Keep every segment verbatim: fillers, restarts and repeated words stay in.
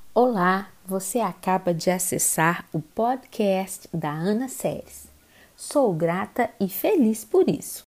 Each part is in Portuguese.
Olá, você acaba de acessar o podcast da Ana Séries. Sou grata e feliz por isso.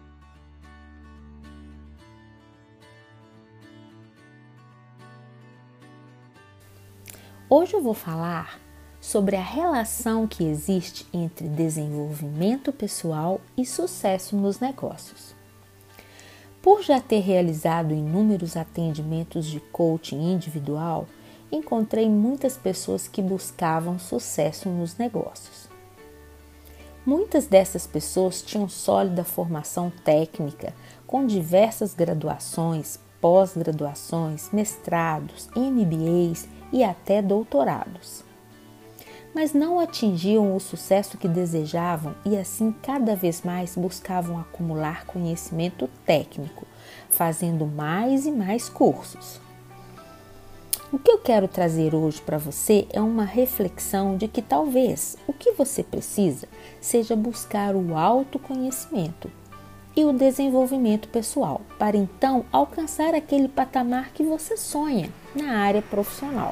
Hoje eu vou falar sobre a relação que existe entre desenvolvimento pessoal e sucesso nos negócios. Por já ter realizado inúmeros atendimentos de coaching individual, encontrei muitas pessoas que buscavam sucesso nos negócios. Muitas dessas pessoas tinham sólida formação técnica, com diversas graduações, pós-graduações, mestrados, M B As e até doutorados. Mas não atingiam o sucesso que desejavam e assim cada vez mais buscavam acumular conhecimento técnico, fazendo mais e mais cursos. O que eu quero trazer hoje para você é uma reflexão de que talvez o que você precisa seja buscar o autoconhecimento e o desenvolvimento pessoal, para então alcançar aquele patamar que você sonha na área profissional.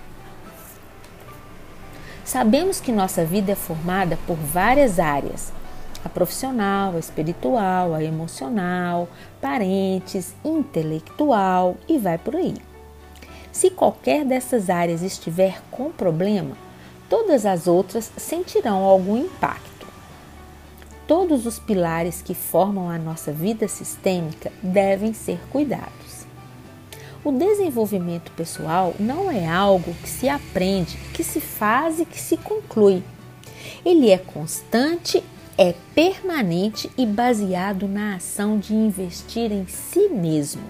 Sabemos que nossa vida é formada por várias áreas: a profissional, a espiritual, a emocional, parentes, intelectual e vai por aí. Se qualquer dessas áreas estiver com problema, todas as outras sentirão algum impacto. Todos os pilares que formam a nossa vida sistêmica devem ser cuidados. O desenvolvimento pessoal não é algo que se aprende, que se faz e que se conclui. Ele é constante, é permanente e baseado na ação de investir em si mesmo.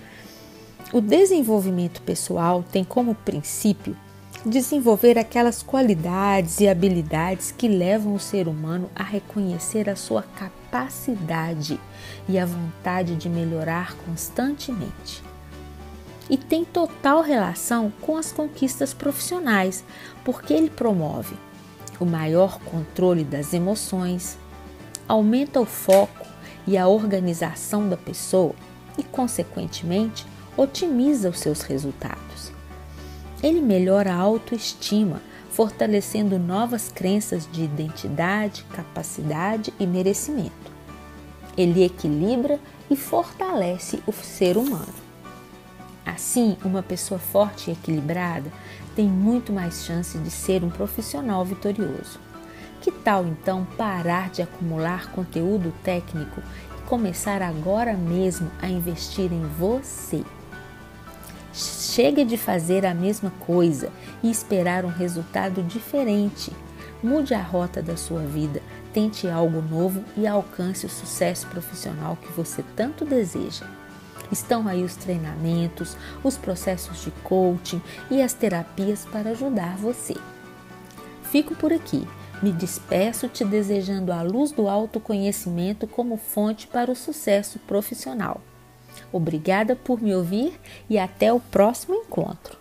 O desenvolvimento pessoal tem como princípio desenvolver aquelas qualidades e habilidades que levam o ser humano a reconhecer a sua capacidade e a vontade de melhorar constantemente. E tem total relação com as conquistas profissionais, porque ele promove o maior controle das emoções, aumenta o foco e a organização da pessoa e, consequentemente, otimiza os seus resultados. Ele melhora a autoestima, fortalecendo novas crenças de identidade, capacidade e merecimento. Ele equilibra e fortalece o ser humano. Assim, uma pessoa forte e equilibrada tem muito mais chance de ser um profissional vitorioso. Que tal então parar de acumular conteúdo técnico e começar agora mesmo a investir em você? Chega de fazer a mesma coisa e esperar um resultado diferente. Mude a rota da sua vida, tente algo novo e alcance o sucesso profissional que você tanto deseja. Estão aí os treinamentos, os processos de coaching e as terapias para ajudar você. Fico por aqui. Me despeço te desejando a luz do autoconhecimento como fonte para o sucesso profissional. Obrigada por me ouvir e até o próximo encontro.